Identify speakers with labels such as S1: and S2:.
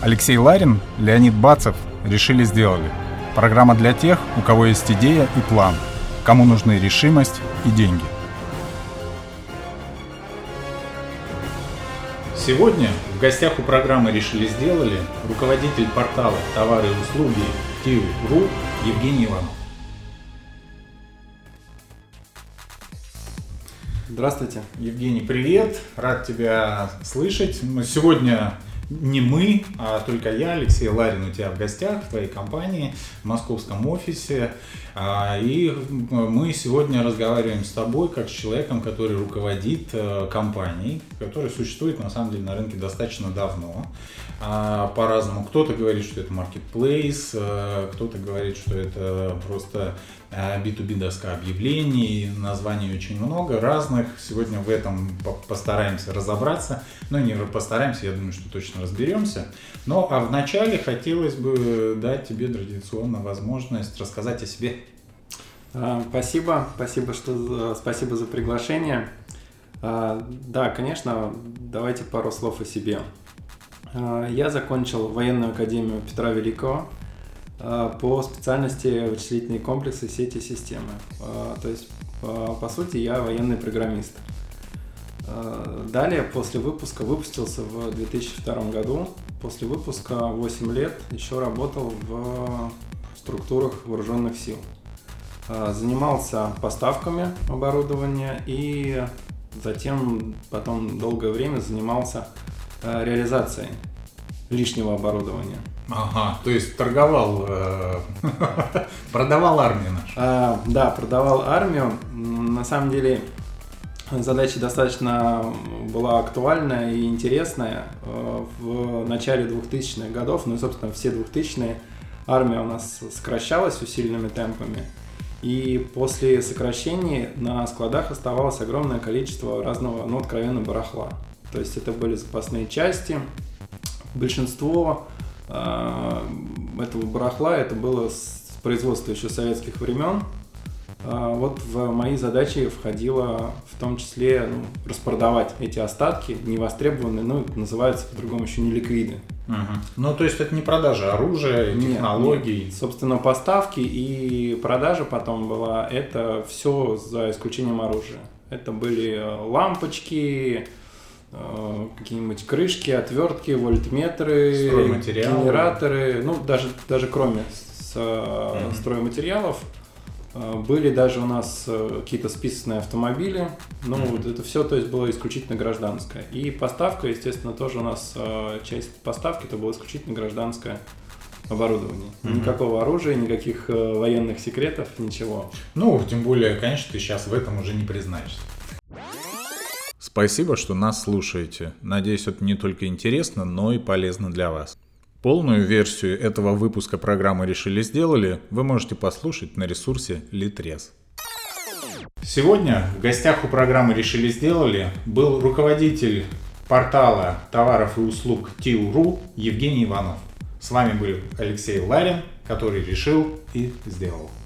S1: Алексей Ларин, Леонид Бацев решили сделали. Программа для тех, у кого есть идея и план, кому нужны решимость и деньги. Сегодня в гостях у программы «Решили сделали» руководитель портала «Товары и услуги» TIL.ru Евгений Иванов.
S2: Здравствуйте.
S1: Евгений, привет! Рад тебя слышать. Сегодня не мы, а только я, Алексей Ларин, у тебя в гостях, в твоей компании, в московском офисе. И мы сегодня разговариваем с тобой как с человеком, который руководит компанией, которая существует на самом деле на рынке достаточно давно. По-разному. Кто-то говорит, что это marketplace, кто-то говорит, что это просто B2B доска объявлений, названий очень много разных. Сегодня в этом постараемся разобраться. Ну, не постараемся, я думаю, что точно разберемся. Но а вначале хотелось бы дать тебе традиционно возможность рассказать о себе.
S2: Спасибо за приглашение. Да, конечно, давайте пару слов о себе. Я закончил военную академию Петра Великого по специальности вычислительные комплексы, сети и системы. То есть, по сути, я военный программист. Далее, после выпуска, выпустился в 2002 году. После выпуска 8 лет еще работал в структурах вооруженных сил. Занимался поставками оборудования и потом долгое время занимался реализацией лишнего оборудования.
S1: Ага, то есть торговал, продавал армию нашу.
S2: Да, продавал армию. На самом деле задача достаточно была актуальная и интересная. В начале 2000-х годов, ну и, собственно, все 2000-е, армия у нас сокращалась усиленными темпами. И после сокращений на складах оставалось огромное количество разного, откровенно барахла. То есть это были запасные части. Большинство этого барахла это было с производства еще советских времен. Вот в мои задачи входило в том числе распродавать эти остатки, невостребованные, называются по-другому еще неликвиды.
S1: Угу. Ну, то есть это не продажа оружия, технологий?
S2: Нет. Собственно, поставки и продажа потом была, это все за исключением оружия. Это были лампочки, какие-нибудь крышки, отвертки, вольтметры, генераторы, даже кроме стройматериалов. Были даже у нас какие-то списанные автомобили, вот это все, то есть, было исключительно гражданское. И поставка, естественно, тоже у нас часть поставки, это было исключительно гражданское оборудование. Никакого оружия, никаких военных секретов, ничего.
S1: Тем более, конечно, ты сейчас в этом уже не признаешься. Спасибо, что нас слушаете. Надеюсь, это не только интересно, но и полезно для вас. Полную версию этого выпуска программы «Решили сделали» вы можете послушать на ресурсе Litres. Сегодня в гостях у программы «Решили сделали» был руководитель портала товаров и услуг TIL.ru Евгений Иванов. С вами был Алексей Ларин, который решил и сделал.